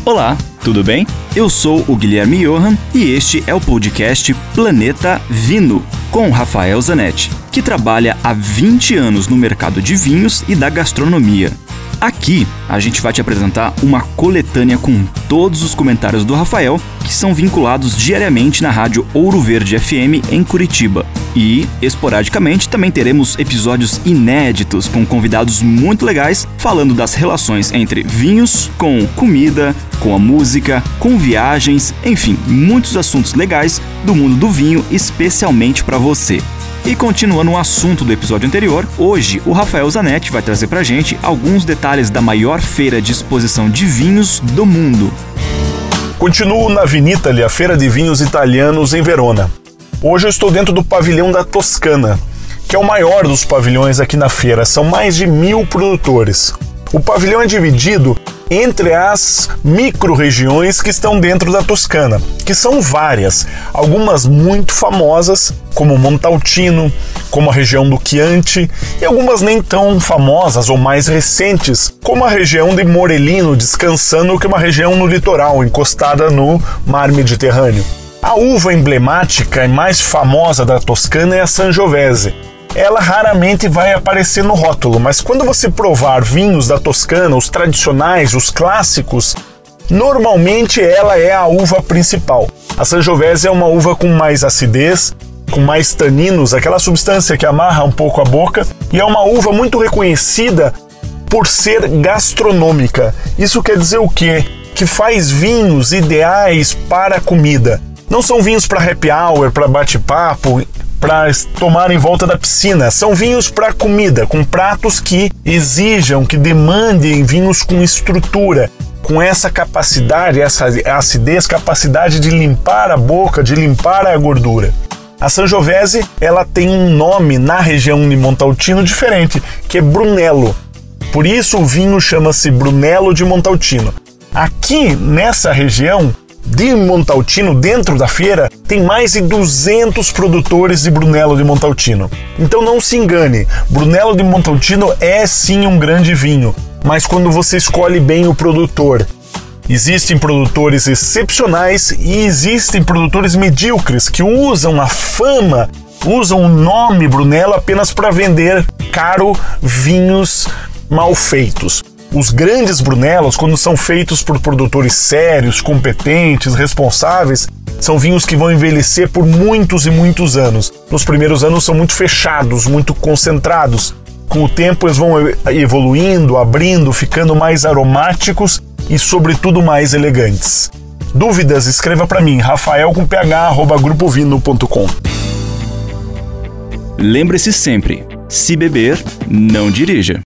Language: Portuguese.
Olá, tudo bem? Eu sou o Guilherme Johan e este é o podcast Planeta Vino, com Rafael Zanetti, que trabalha há 20 anos no mercado de vinhos e da gastronomia. Aqui, a gente vai te apresentar uma coletânea com todos os comentários do Rafael, que são vinculados diariamente na rádio Ouro Verde FM em Curitiba. E, esporadicamente, também teremos episódios inéditos com convidados muito legais, falando das relações entre vinhos, com comida, com a música, com viagens, enfim, muitos assuntos legais do mundo do vinho, especialmente para você. E continuando o assunto do episódio anterior, hoje o Rafael Zanetti vai trazer pra gente alguns detalhes da maior feira de exposição de vinhos do mundo. Continuo na Vinitaly, a feira de vinhos italianos em Verona. Hoje eu estou dentro do pavilhão da Toscana, que é o maior dos pavilhões aqui na feira. São mais de 1000 produtores. O pavilhão é dividido entre as micro-regiões que estão dentro da Toscana, que são várias, algumas muito famosas, como Montalcino, como a região do Chianti, e algumas nem tão famosas ou mais recentes, como a região de Morellino di Scansano, que é uma região no litoral, encostada no mar Mediterrâneo. A uva emblemática e mais famosa da Toscana é a Sangiovese. Ela raramente vai aparecer no rótulo, mas quando você provar vinhos da Toscana, os tradicionais, os clássicos, normalmente ela é a uva principal. A Sangiovese é uma uva com mais acidez, com mais taninos, aquela substância que amarra um pouco a boca, e é uma uva muito reconhecida por ser gastronômica. Isso quer dizer o quê? Que faz vinhos ideais para a comida. Não são vinhos para happy hour, para bate-papo, para tomar em volta da piscina. São vinhos para comida, com pratos que exijam, que demandem vinhos com estrutura, com essa capacidade, essa acidez, capacidade de limpar a boca, de limpar a gordura. A Sangiovese, ela tem um nome na região de Montalcino diferente, que é Brunello. Por isso o vinho chama-se Brunello di Montalcino. Aqui, nessa região de Montalcino, dentro da feira, tem mais de 200 produtores de Brunello di Montalcino. Então não se engane, Brunello di Montalcino é sim um grande vinho, mas quando você escolhe bem o produtor. Existem produtores excepcionais e existem produtores medíocres que usam a fama, usam o nome Brunello apenas para vender caro vinhos mal feitos. Os grandes Brunellos, quando são feitos por produtores sérios, competentes, responsáveis, são vinhos que vão envelhecer por muitos e muitos anos. Nos primeiros anos são muito fechados, muito concentrados. Com o tempo eles vão evoluindo, abrindo, ficando mais aromáticos e, sobretudo, mais elegantes. Dúvidas? Escreva para mim, rafael@grupovino.com. Lembre-se sempre, se beber, não dirija.